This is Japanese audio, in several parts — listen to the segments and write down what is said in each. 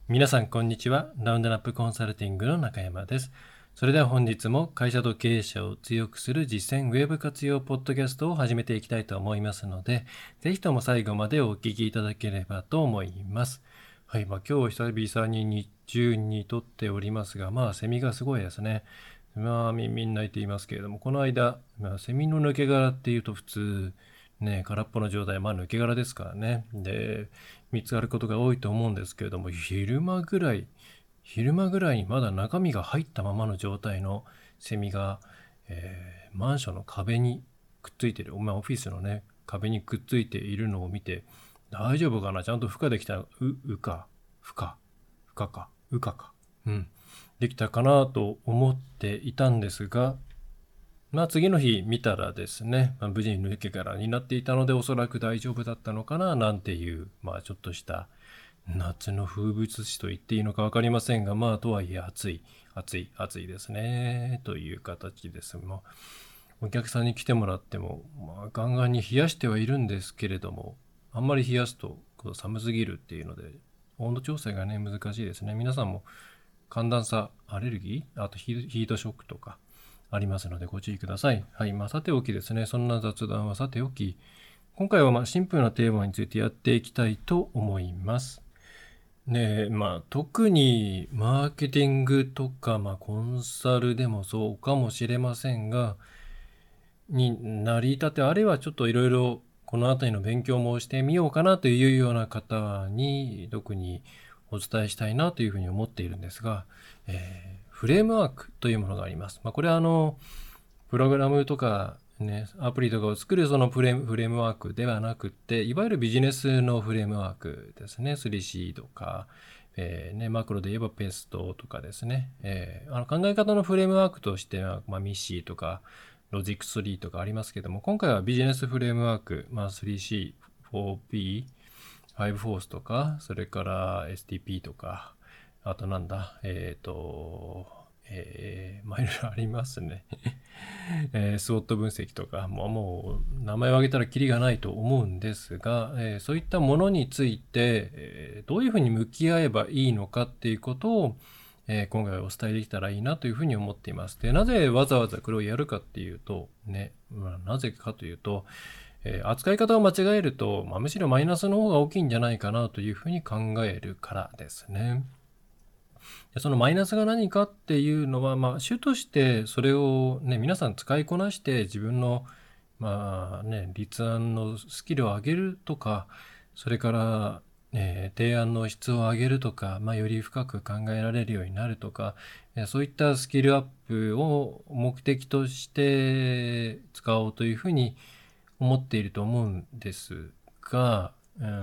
皆さんこんにちは。ラウンドナップコンサルティングの中山です。それでは本日も会社と経営者を強くする実践ウェブ活用ポッドキャストを始めていきたいと思いますので、ぜひとも最後までお聞きいただければと思います。はい、今日久々に日中に撮っておりますが、セミがすごいですね。みんな言っていますけれども、この間、セミの抜け殻っていうと普通、ね、空っぽの状態、抜け殻ですからね。で、見つかることが多いと思うんですけれども、昼間ぐらいにまだ中身が入ったままの状態のセミが、マンションの壁にくっついている、オフィスのね、壁にくっついているのを見て、大丈夫かな、ちゃんと孵化できた、うか、孵化、孵化か、羽化か、できたかなと思っていたんですが、次の日見たらですね、無事に抜け殻になっていたので、おそらく大丈夫だったのかななんていう、ちょっとした夏の風物詩と言っていいのか分かりませんが、とはいえ暑いですねという形です。お客さんに来てもらっても、ガンガンに冷やしてはいるんですけれども、あんまり冷やすと寒すぎるっていうので、温度調整がね難しいですね。皆さんも寒暖差アレルギー、あとヒートショックとかありますのでご注意ください。はい、さておきですね、そんな雑談はさておき、今回はシンプルなテーマについてやっていきたいと思います。ねえ、特にマーケティングとか、コンサルでもそうかもしれませんが、になりたて、あるいはちょっといろいろこの辺りの勉強もしてみようかなというような方に特にお伝えしたいなというふうに思っているんですが、フレームワークというものがあります。これはプログラムとかね、アプリとかを作るそのフレームワークではなくって、いわゆるビジネスのフレームワークですね。3C とか、マクロで言えばペストとかですね。考え方のフレームワークとしては、ミッシーとか、ロジック3とかありますけども、今回はビジネスフレームワーク、3C、4P、5フォースとか、それから STP とか、あとなんだ、いろいろありますね。スウォット分析とか、もう名前を挙げたらキリがないと思うんですが、そういったものについて、どういうふうに向き合えばいいのかっていうことを、今回お伝えできたらいいなというふうに思っています。で、なぜわざわざこれをやるかっていうと、なぜかというと、扱い方を間違えると、むしろマイナスの方が大きいんじゃないかなというふうに考えるからですね。でそのマイナスが何かっていうのは、主としてそれをね、皆さん使いこなして自分の、立案のスキルを上げるとか、それから、提案の質を上げるとか、より深く考えられるようになるとか、そういったスキルアップを目的として使おうというふうに思っていると思うんですが、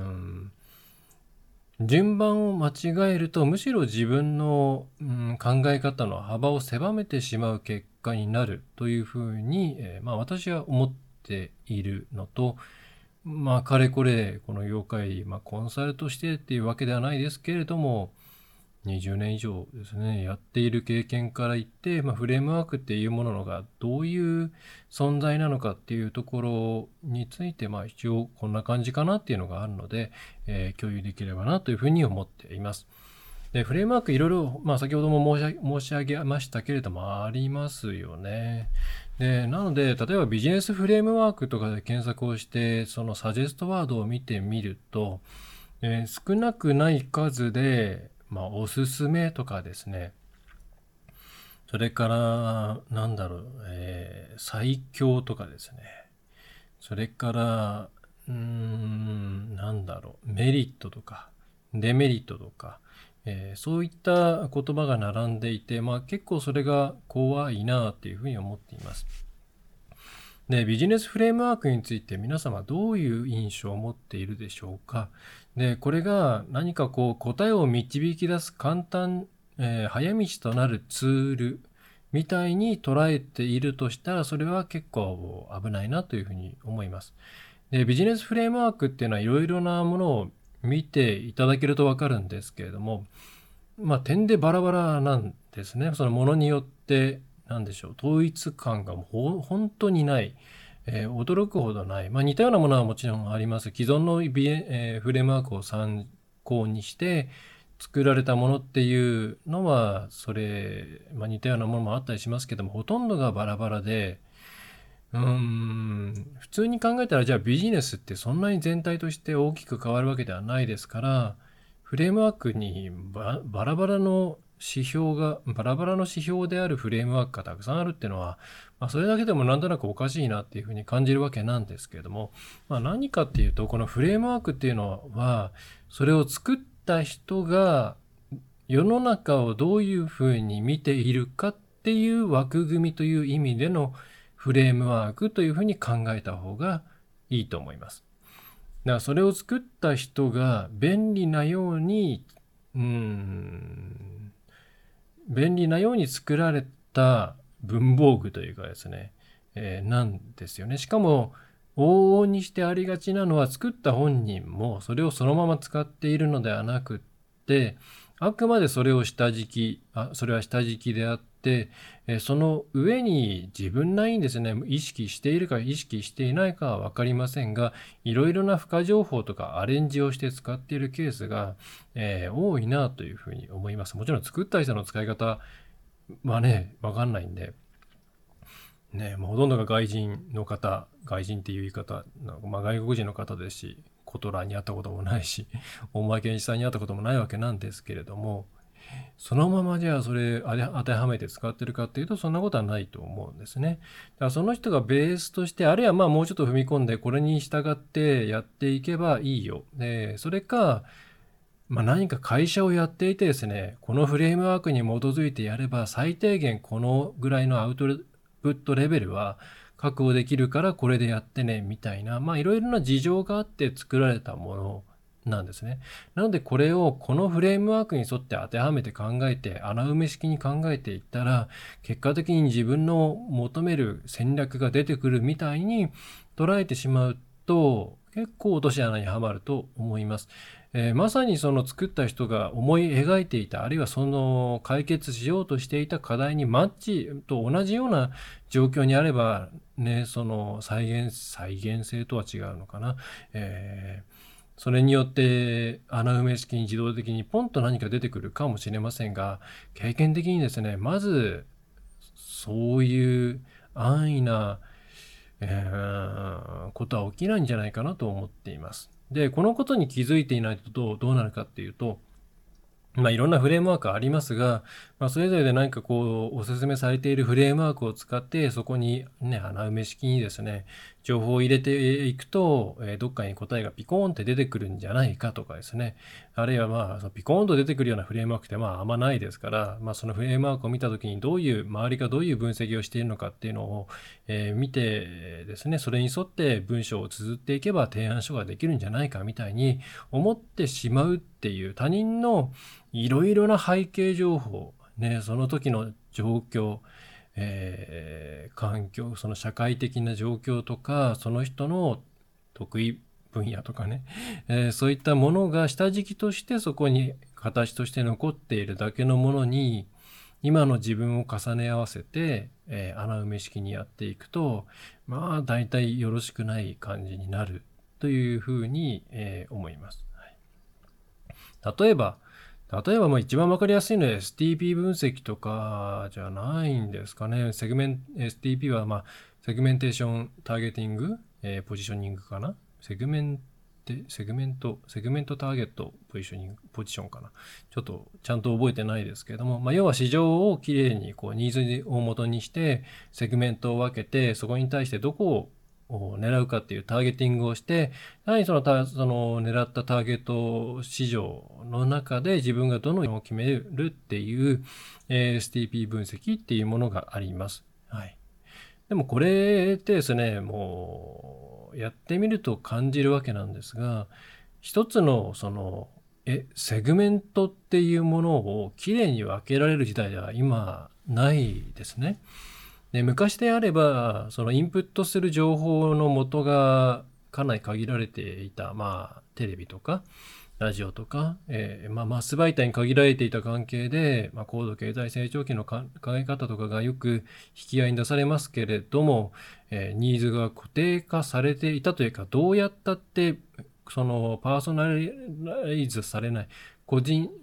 順番を間違えるとむしろ自分の、考え方の幅を狭めてしまう結果になるというふうに、私は思っているのと、かれこれこの業界、コンサルとしてっていうわけではないですけれども、20年以上ですね、やっている経験から言って、フレームワークっていうものがどういう存在なのかっていうところについて、一応こんな感じかなっていうのがあるので、共有できればなというふうに思っています。で、フレームワークいろいろ、先ほども申し上げましたけれども、ありますよね。で、なので、例えばビジネスフレームワークとかで検索をして、そのサジェストワードを見てみると、少なくない数で、おすすめとかですね。それから、最強とかですね。それから、メリットとか、デメリットとか、そういった言葉が並んでいて、結構それが怖いなっていうふうに思っています。で、ビジネスフレームワークについて皆様どういう印象を持っているでしょうか。で、これが何か答えを導き出す簡単、早道となるツールみたいに捉えているとしたら、それは結構危ないなというふうに思います。で、ビジネスフレームワークっていうのはいろいろなものを見ていただけるとわかるんですけれども、点でバラバラなんですね。そのものによって、統一感が本当にない、驚くほどない。似たようなものはもちろんあります。既存のフレームワークを参考にして作られたものっていうのはそれ、似たようなものもあったりしますけども、ほとんどがバラバラで、普通に考えたらじゃあビジネスってそんなに全体として大きく変わるわけではないですから、フレームワークにバラバラの指標であるフレームワークがたくさんあるっていうのは、それだけでもなんとなくおかしいなっていうふうに感じるわけなんですけれども、何かっていうと、このフレームワークっていうのは、それを作った人が世の中をどういうふうに見ているかっていう枠組みという意味でのフレームワークというふうに考えた方がいいと思います。だからそれを作った人が便利なように作られた文房具というかですね、なんですよね。しかも往々にしてありがちなのは、作った本人もそれをそのまま使っているのではなくって、あくまでそれは下敷きであって、その上に自分なりにですね、意識しているか意識していないかは分かりませんが、いろいろな付加情報とかアレンジをして使っているケースが、多いなというふうに思います。もちろん作った人の使い方はね、分かんないんで、もうほとんどが外人っていう言い方、外国人の方ですし、コトラに会ったこともないし、大前健一さんに会ったこともないわけなんですけれども、そのままじゃあそれ当てはめて使ってるかっていうと、そんなことはないと思うんですね。だからその人がベースとして、あるいはもうちょっと踏み込んでこれに従ってやっていけばいいよ。それか、何か会社をやっていてですね、このフレームワークに基づいてやれば最低限このぐらいのアウトプットレベルは確保できるからこれでやってねみたいな、いろいろな事情があって作られたものなんですね。なのでこれをこのフレームワークに沿って当てはめて考えて穴埋め式に考えていったら、結果的に自分の求める戦略が出てくるみたいに捉えてしまうと、結構落とし穴にはまると思います。まさにその作った人が思い描いていた、あるいはその解決しようとしていた課題にマッチと同じような状況にあればね、その再現性とは違うのかな。それによって穴埋め式に自動的にポンと何か出てくるかもしれませんが、経験的にですね、まずそういう安易な、ことは起きないんじゃないかなと思っています。で、このことに気づいていないとどうなるかっていうと、いろんなフレームワークありますが、それぞれで何かこう、お勧めされているフレームワークを使って、そこにね、穴埋め式にですね、情報を入れていくと、どっかに答えがピコーンって出てくるんじゃないかとかですね、あるいはそのピコーンと出てくるようなフレームワークってあんまないですから、そのフレームワークを見たときに周りがどういう分析をしているのかっていうのを、見てですね、それに沿って文章を綴っていけば提案書ができるんじゃないかみたいに思ってしまうっていう、他人のいろいろな背景情報、その時の状況、環境、その社会的な状況とか、その人の得意分野とかね、そういったものが下敷きとしてそこに形として残っているだけのものに、今の自分を重ね合わせて、穴埋め式にやっていくと、大体よろしくない感じになるというふうに、思います。例えば一番わかりやすいのは STP 分析とかじゃないんですかね。STP はセグメンテーションターゲティング、ポジショニングかな。セグメントターゲットポジションかな。ちょっとちゃんと覚えてないですけれども、要は市場をきれいにニーズを元にしてセグメントを分けて、そこに対してどこを狙うかっていうターゲティングをして、やはりその狙ったターゲット市場の中で自分がどのように決めるっていう、STP 分析っていうものがあります。はい。でもこれってですね、もうやってみると感じるわけなんですが、一つのセグメントっていうものをきれいに分けられる時代では今ないですね。で、昔であれば、そのインプットする情報の元がかなり限られていた、テレビとか、ラジオとか、マス媒体に限られていた関係で、高度経済成長期の考え方とかがよく引き合いに出されますけれども、ニーズが固定化されていたというか、どうやったって、そのパーソナライズされない、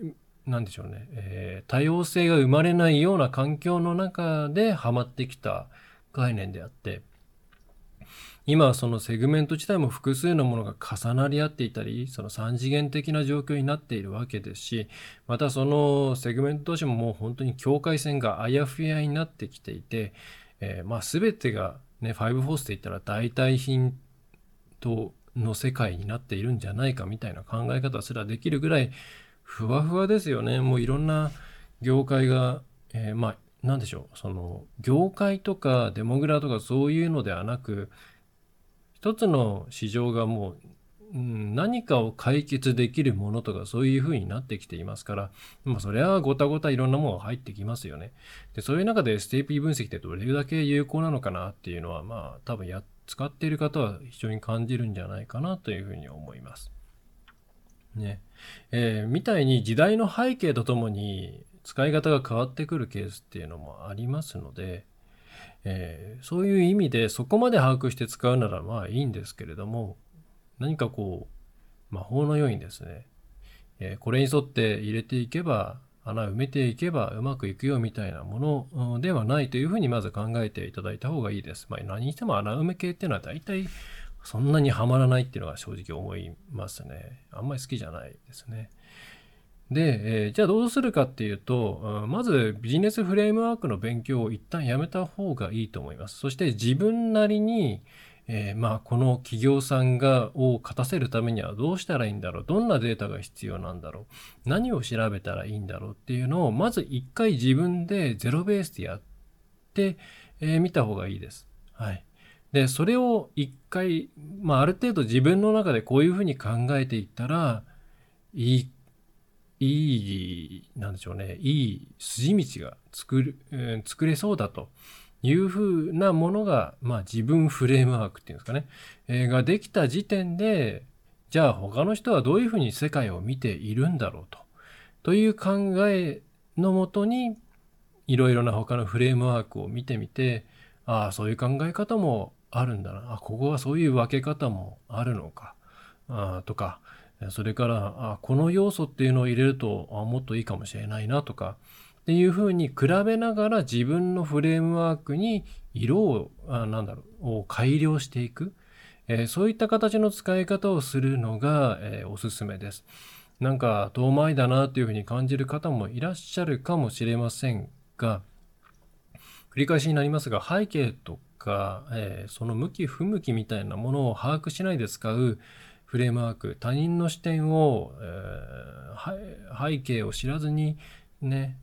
なんでしょうね、多様性が生まれないような環境の中ではまってきた概念であって、今はそのセグメント自体も複数のものが重なり合っていたり、その三次元的な状況になっているわけですし、またそのセグメント同士ももう本当に境界線があやふやになってきていて、全てがね、ファイブフォースで言ったら代替品の世界になっているんじゃないかみたいな考え方すらできるぐらいふわふわですよね。もういろんな業界が、なんでしょう、その業界とかデモグラとかそういうのではなく、一つの市場がもう、何かを解決できるものとかそういう風になってきていますから、それはごたごたいろんなものが入ってきますよね。で、そういう中で STP 分析ってどれだけ有効なのかなっていうのは、多分使っている方は非常に感じるんじゃないかなというふうに思います。ね。みたいに時代の背景とともに使い方が変わってくるケースっていうのもありますので、そういう意味でそこまで把握して使うならいいんですけれども、何かこう魔法のようにですね、これに沿って入れていけば穴埋めていけばうまくいくよみたいなものではないというふうにまず考えていただいた方がいいです。何にしても穴埋め系っていうのは大体そんなにはまらないっていうのが正直思いますね。あんまり好きじゃないですね。で、じゃあどうするかっていうと、まずビジネスフレームワークの勉強を一旦やめた方がいいと思います。そして自分なりに、この企業さんを勝たせるためにはどうしたらいいんだろう、どんなデータが必要なんだろう、何を調べたらいいんだろうっていうのをまず一回自分でゼロベースでやってみた方がいいです。はい。で、それを一回、ある程度自分の中でこういうふうに考えていったらいい、なんでしょうね、いい筋道が作れそうだというふうなものが、自分フレームワークっていうんですかね、ができた時点で、じゃあ他の人はどういうふうに世界を見ているんだろうという考えのもとに、いろいろな他のフレームワークを見てみて、ああ、そういう考え方もあるんだな、ここはそういう分け方もあるのか、とか、それからこの要素っていうのを入れるともっといいかもしれないなとかっていうふうに比べながら自分のフレームワークに色を改良していく、そういった形の使い方をするのが、おすすめです。なんか遠回りだなというふうに感じる方もいらっしゃるかもしれませんが、繰り返しになりますが、背景とか、その向き不向きみたいなものを把握しないで使うフレームワーク、他人の視点を、背景を知らずにね、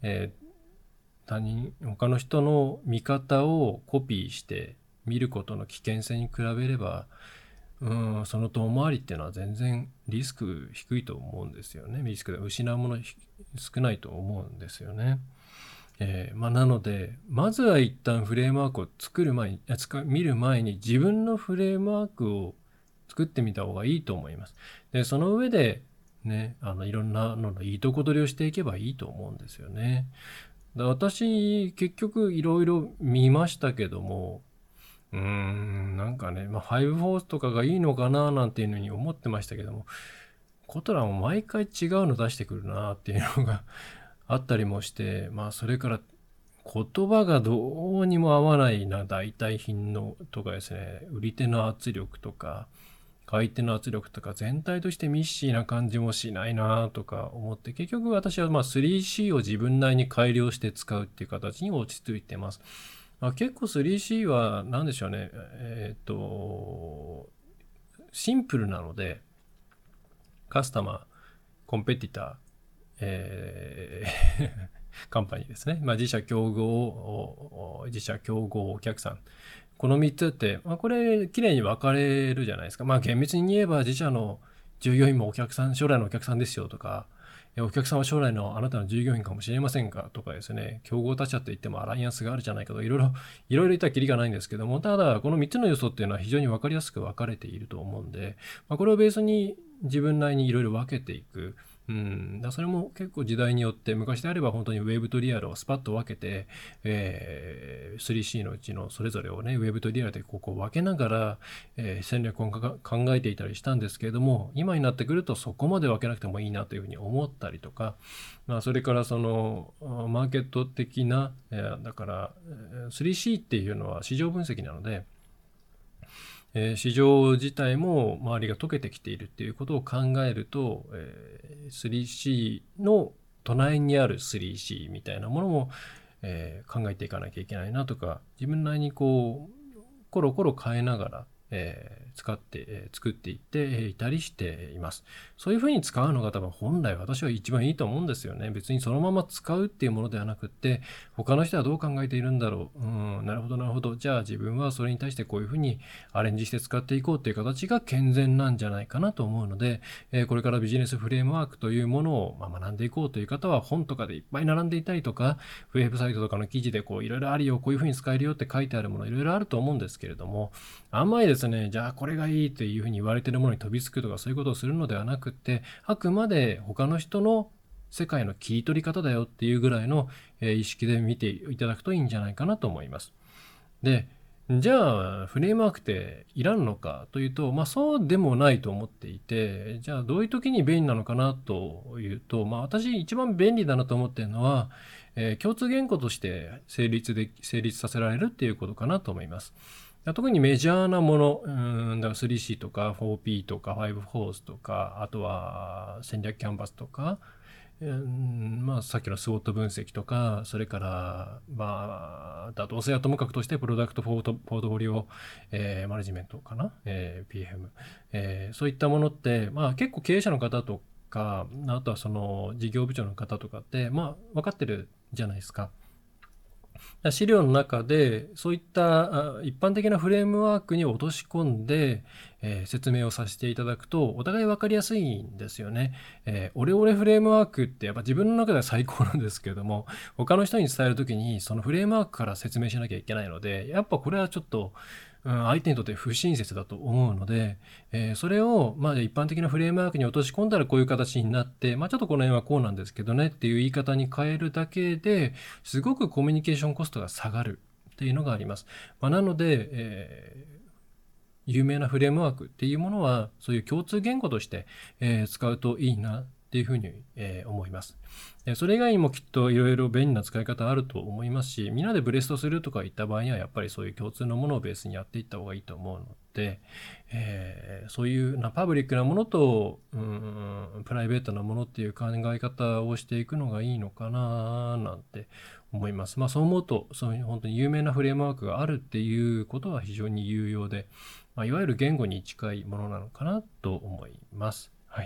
他の人の見方をコピーして見ることの危険性に比べれば、その遠回りっていうのは全然リスク低いと思うんですよね。リスクで失うもの少ないと思うんですよね。なのでまずは一旦フレームワークを見る前に自分のフレームワークを作ってみた方がいいと思います。で、その上でね、いろんなののいいとこ取りをしていけばいいと思うんですよね。私結局いろいろ見ましたけども、なんかね、ファイブフォースとかがいいのかななんていうのに思ってましたけども、コトラも毎回違うの出してくるなっていうのがあったりもして、それから言葉がどうにも合わないな、代替品のとかですね、売り手の圧力とか、買い手の圧力とか、全体としてミッシーな感じもしないなとか思って、結局私は3C を自分なりに改良して使うっていう形に落ち着いてます。結構 3C は何でしょうね、シンプルなので、カスタマー、コンペティター、カンパニーですね。自社競合、お客さん。この3つって、これ、きれいに分かれるじゃないですか。厳密に言えば、自社の従業員も将来のお客さんですよとか、お客さんは将来のあなたの従業員かもしれませんかとかですね、競合他社って言ってもアライアンスがあるじゃないかと、いろいろ言ったらきりがないんですけども、ただ、この3つの要素っていうのは非常に分かりやすく分かれていると思うんで、これをベースに自分なりにいろいろ分けていく。 だからそれも結構時代によって、昔であれば本当にウェブとリアルをスパッと分けて、3C のうちのそれぞれをね、ウェブとリアルでこう分けながら、戦略を考えていたりしたんですけれども、今になってくるとそこまで分けなくてもいいなというふうに思ったりとか、それからそのマーケット的な、だから 3C っていうのは市場分析なので、市場自体も周りが溶けてきているっていうことを考えると、3C の隣にある 3C みたいなものも、考えていかなきゃいけないなとか、自分なりにこうコロコロ変えながら、使って、作っていっていたりしています。そういうふうに使うのが多分本来私は一番いいと思うんですよね。別にそのまま使うっていうものではなくって、他の人はどう考えているんだろう。なるほどなるほど。じゃあ自分はそれに対してこういうふうにアレンジして使っていこうっていう形が健全なんじゃないかなと思うので、これからビジネスフレームワークというものを学んでいこうという方は、本とかでいっぱい並んでいたりとか、ウェブサイトとかの記事でいろいろあるよ、こういうふうに使えるよって書いてあるものいろいろあると思うんですけれども、あんまりですね、じゃあこれがいいっていうふうに言われているものに飛びつくとかそういうことをするのではなくって、あくまで他の人の世界の切り取り方だよっていうぐらいの意識で見ていただくといいんじゃないかなと思います。で、じゃあフレームワークっていらんのかというと、そうでもないと思っていて、じゃあどういう時に便利なのかなというと、私一番便利だなと思っているのは、共通言語として成立させられるっていうことかなと思います。特にメジャーなもの、だから 3C とか 4P とか 5 フォースとか、あとは戦略キャンバスとか、さっきのスウォット分析とか、それから、妥当性はともかくとして、プロダクトポートフォリオ、マネジメントかな、PM、そういったものって、結構経営者の方とか、あとはその事業部長の方とかって、分かってるじゃないですか。資料の中でそういった一般的なフレームワークに落とし込んで、説明をさせていただくとお互い分かりやすいんですよね。オレオレフレームワークってやっぱ自分の中では最高なんですけれども、他の人に伝えるときにそのフレームワークから説明しなきゃいけないので、やっぱこれはちょっと相手にとって不親切だと思うので、それを一般的なフレームワークに落とし込んだらこういう形になって、ちょっとこの辺はこうなんですけどねっていう言い方に変えるだけですごくコミュニケーションコストが下がるっていうのがあります。なので、有名なフレームワークっていうものはそういう共通言語として、使うといいなっていうふうに、思います。それ以外にもきっといろいろ便利な使い方あると思いますし、みんなでブレストするとかいった場合にはやっぱりそういう共通のものをベースにやっていった方がいいと思うので、そういうパブリックなものとプライベートなものっていう考え方をしていくのがいいのかななんて思います。そう思うと、そういう本当に有名なフレームワークがあるっていうことは非常に有用で、いわゆる言語に近いものなのかなと思います。はい。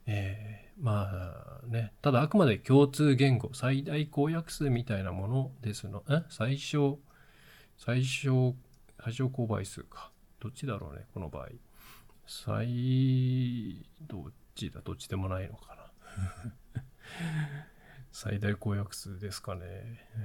ただあくまで共通言語、最大公約数みたいなものですの、最小公倍数か。どっちだろうね、この場合。どっちでもないのかな。最大公約数ですかね。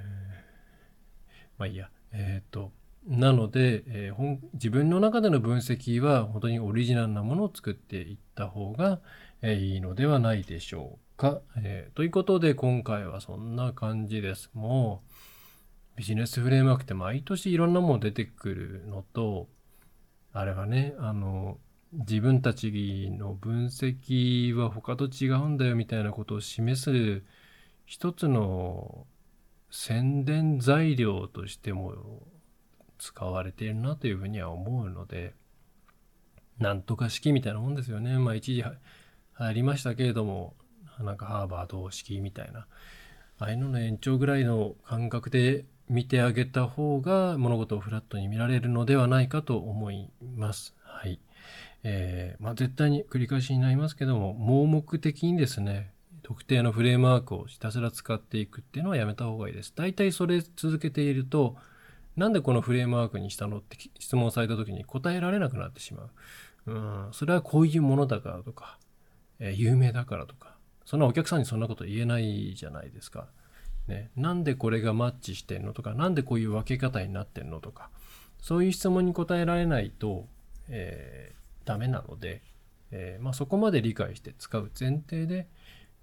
いいや。なので、自分の中での分析は本当にオリジナルなものを作っていった方がいいのではないでしょうか。ということで今回はそんな感じです。もうビジネスフレームワークって毎年いろんなもの出てくるのと、あれはね、自分たちの分析は他と違うんだよみたいなことを示す一つの宣伝材料としても使われているなというふうには思うので、なんとか式みたいなもんですよね。一時流行りましたけれども、ハーバード式みたいな、ああいうのの延長ぐらいの感覚で見てあげた方が物事をフラットに見られるのではないかと思います。はい。絶対に繰り返しになりますけども、盲目的にですね、特定のフレームワークをひたすら使っていくっていうのはやめた方がいいです。大体それ続けていると、なんでこのフレームワークにしたのって質問された時に答えられなくなってしまう。それはこういうものだからとか、有名だからとか、そんなお客さんにそんなこと言えないじゃないですか。ね、なんでこれがマッチしてんのとか、なんでこういう分け方になってんのとか、そういう質問に答えられないと、ダメなので、そこまで理解して使う前提で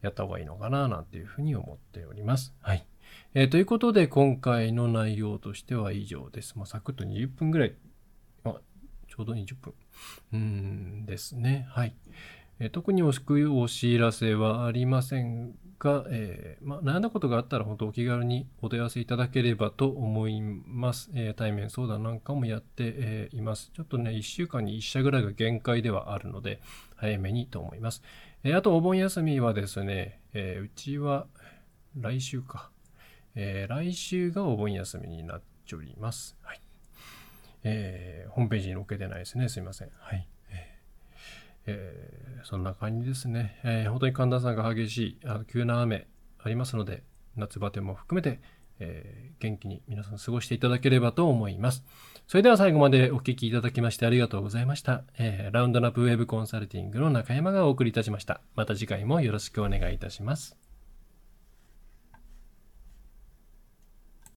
やった方がいいのかななんていうふうに思っております。はい。ということで今回の内容としては以上です。サクッと20分ぐらい、ちょうど20分ですね。はい。特にお知らせはありませんが、悩んだことがあったら本当お気軽にお問い合わせいただければと思います。対面相談なんかもやって、います。ちょっとね、1週間に1社ぐらいが限界ではあるので、早めにと思います。あとお盆休みはですね、うちは来週か。来週がお盆休みになっております。はい。ホームページに載っけてないですね。すいません。はい。そんな感じですね。本当に寒暖差が激しい急な雨ありますので、夏バテも含めて、元気に皆さん過ごしていただければと思います。それでは最後までお聞きいただきましてありがとうございました。ラウンドナップウェブコンサルティングの中山がお送りいたしました。また次回もよろしくお願いいたします。